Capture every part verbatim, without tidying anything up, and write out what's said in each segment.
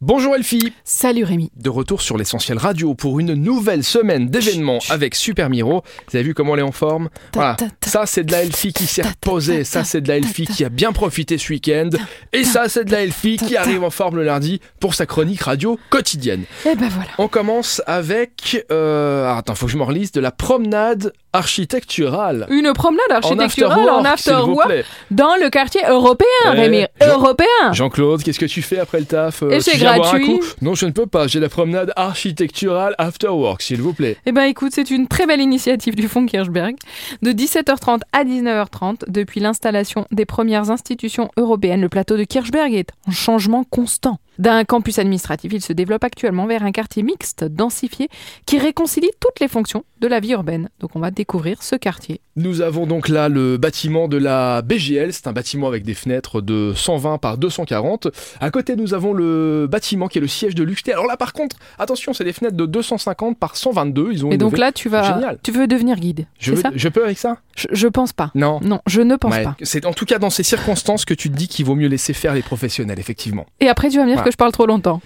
Bonjour Elfie. Salut Rémi. De retour sur l'Essentiel Radio pour une nouvelle semaine d'événements Chut, chut. avec Super Miro. Vous avez vu comment elle est en forme? Voilà. Ta, ta, ta. Ça c'est de la Elfie qui s'est Ta, ta, reposée, ta, ça ta, c'est de la ta, Elfie ta. qui a bien profité ce week-end, et ça c'est de la Elfie ta, qui ta. arrive en forme le lundi pour sa chronique radio quotidienne. Et ben voilà. On commence avec... Euh... ah, attends, faut que je me relise, de la promenade architecturale. Une promenade architecturale en afterwork, s'il vous afterwork plaît. dans le quartier européen, Eh, Rémi. Jean- Européen. Jean-Claude, qu'est-ce que tu fais après le taf? Euh, Et c'est tu viens boire un gratuit. coup? Non, je ne peux pas, j'ai la promenade architecturale afterwork, s'il vous plaît. Eh ben écoute, c'est une très belle initiative du Fonds Kirchberg. De dix-sept heures trente à dix-neuf heures trente, depuis l'installation des premières institutions européennes, le plateau de Kirchberg est en changement constant. D'un campus administratif, il se développe actuellement vers un quartier mixte, densifié, qui réconcilie toutes les fonctions de la vie urbaine. Donc on va découvrir ce quartier. Nous avons donc là le bâtiment de la B G L, c'est un bâtiment avec des fenêtres de cent vingt par deux cent quarante. À côté, nous avons le bâtiment qui est le siège de l'U Q T. Alors là, par contre, attention, c'est des fenêtres de deux cent cinquante par cent vingt-deux. Ils ont Et une donc levée. là, tu vas, Génial. tu veux devenir guide, je, c'est veux- ça je peux avec ça? je, je pense pas. Non. Non, je ne pense Ouais, pas. c'est en tout cas dans ces circonstances que tu te dis qu'il vaut mieux laisser faire les professionnels, effectivement. Et après, tu vas me dire Voilà. que je parle trop longtemps.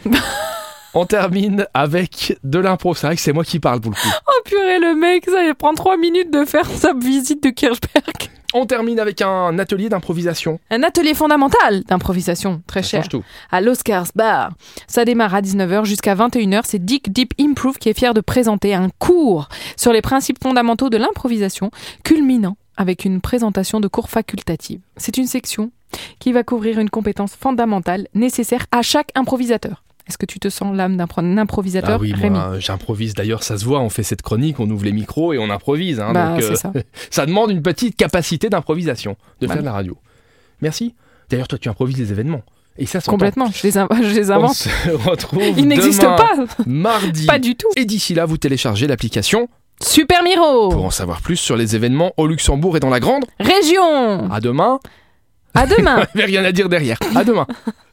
On termine avec de l'impro. C'est vrai que c'est moi qui parle pour le coup. Oh purée, le mec, ça il prend trois minutes de faire sa visite de Kirchberg. On termine avec un atelier d'improvisation. Un atelier fondamental d'improvisation, très Ça cher, change tout. à l'Oscars Bar. Ça démarre à dix-neuf heures jusqu'à vingt et une heures. C'est Dick Deep Improve qui est fier de présenter un cours sur les principes fondamentaux de l'improvisation, culminant avec une présentation de cours facultative. C'est une section qui va couvrir une compétence fondamentale nécessaire à chaque improvisateur. Est-ce que tu te sens l'âme d'un pro- d'un improvisateur, Ah oui, Rémi? moi j'improvise. D'ailleurs, ça se voit, on fait cette chronique, on ouvre les micros et on improvise. Hein, Bah, donc, c'est ça. ça demande une petite capacité d'improvisation, de Bah faire de oui. la radio. Merci. D'ailleurs, toi, tu improvises les événements. Et ça, s'entend. Complètement, je les, inv- je les On invente. se retrouve Ils n'existent demain, pas, mardi. pas du tout. Et d'ici là, vous téléchargez l'application Super Miro. pour en savoir plus sur les événements au Luxembourg et dans la Grande. Région. À demain. À demain. Il n'y avait rien à dire derrière. À demain.